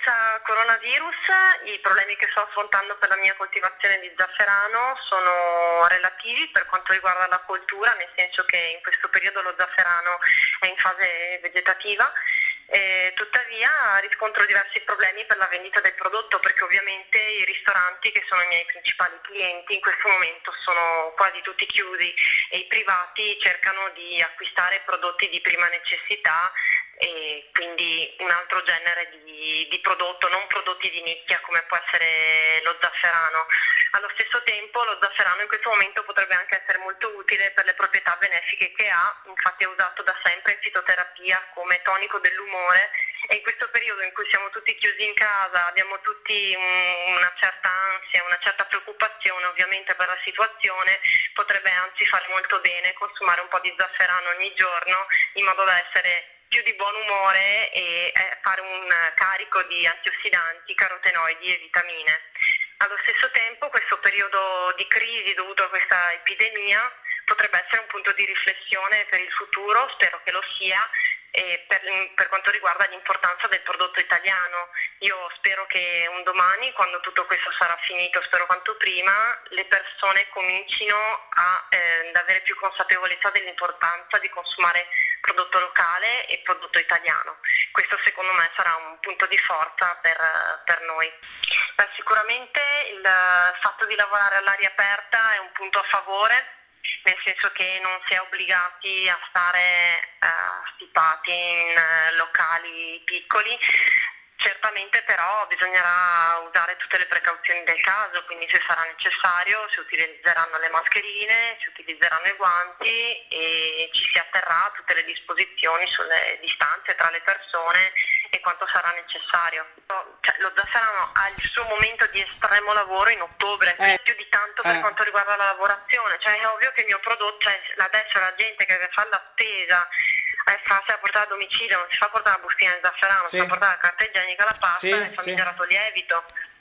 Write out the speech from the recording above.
emergenza coronavirus, i problemi che sto affrontando per la mia coltivazione di zafferano sono relativi per quanto riguarda la coltura, nel senso che in questo periodo lo zafferano è in fase vegetativa. Tuttavia riscontro diversi problemi per la vendita del prodotto, perché ovviamente i ristoranti, che sono i miei principali clienti, in questo momento sono quasi tutti chiusi e i privati cercano di acquistare prodotti di prima necessità e quindi un altro genere di prodotto, non prodotti di nicchia come può essere lo zafferano. Allo stesso tempo lo zafferano in questo momento potrebbe anche essere molto utile per le proprietà benefiche che ha, infatti è usato da sempre in fitoterapia come tonico dell'umore, e in questo periodo in cui siamo tutti chiusi in casa, abbiamo tutti una certa ansia, una certa preoccupazione ovviamente per la situazione, potrebbe anzi fare molto bene consumare un po' di zafferano ogni giorno in modo da essere più di buon umore e fare un carico di antiossidanti, carotenoidi e vitamine. Allo stesso tempo questo periodo di crisi dovuto a questa epidemia potrebbe essere un punto di riflessione per il futuro, spero che lo sia, per quanto riguarda l'importanza del prodotto italiano. Io spero che un domani, quando tutto questo sarà finito, spero quanto prima, le persone comincino ad avere più consapevolezza dell'importanza di consumare prodotto locale e prodotto italiano. Questo secondo me sarà un punto di forza per noi. Sicuramente il fatto di lavorare all'aria aperta è un punto a favore, nel senso che non si è obbligati a stare stipati in locali piccoli. Certamente però bisognerà usare tutte le precauzioni del caso, quindi se sarà necessario si utilizzeranno le mascherine, si utilizzeranno i guanti e ci si atterrà a tutte le disposizioni sulle distanze tra le persone e quanto sarà necessario. Lo zafferano ha il suo momento di estremo lavoro in ottobre, più di tanto per quanto riguarda la lavorazione, cioè è ovvio che il mio prodotto, adesso la gente che deve fare la spesa farsi a portare a domicilio, non si fa portare la bustina di zafferano, si fa portare la carta igienica, la pasta e il famigerato lievito.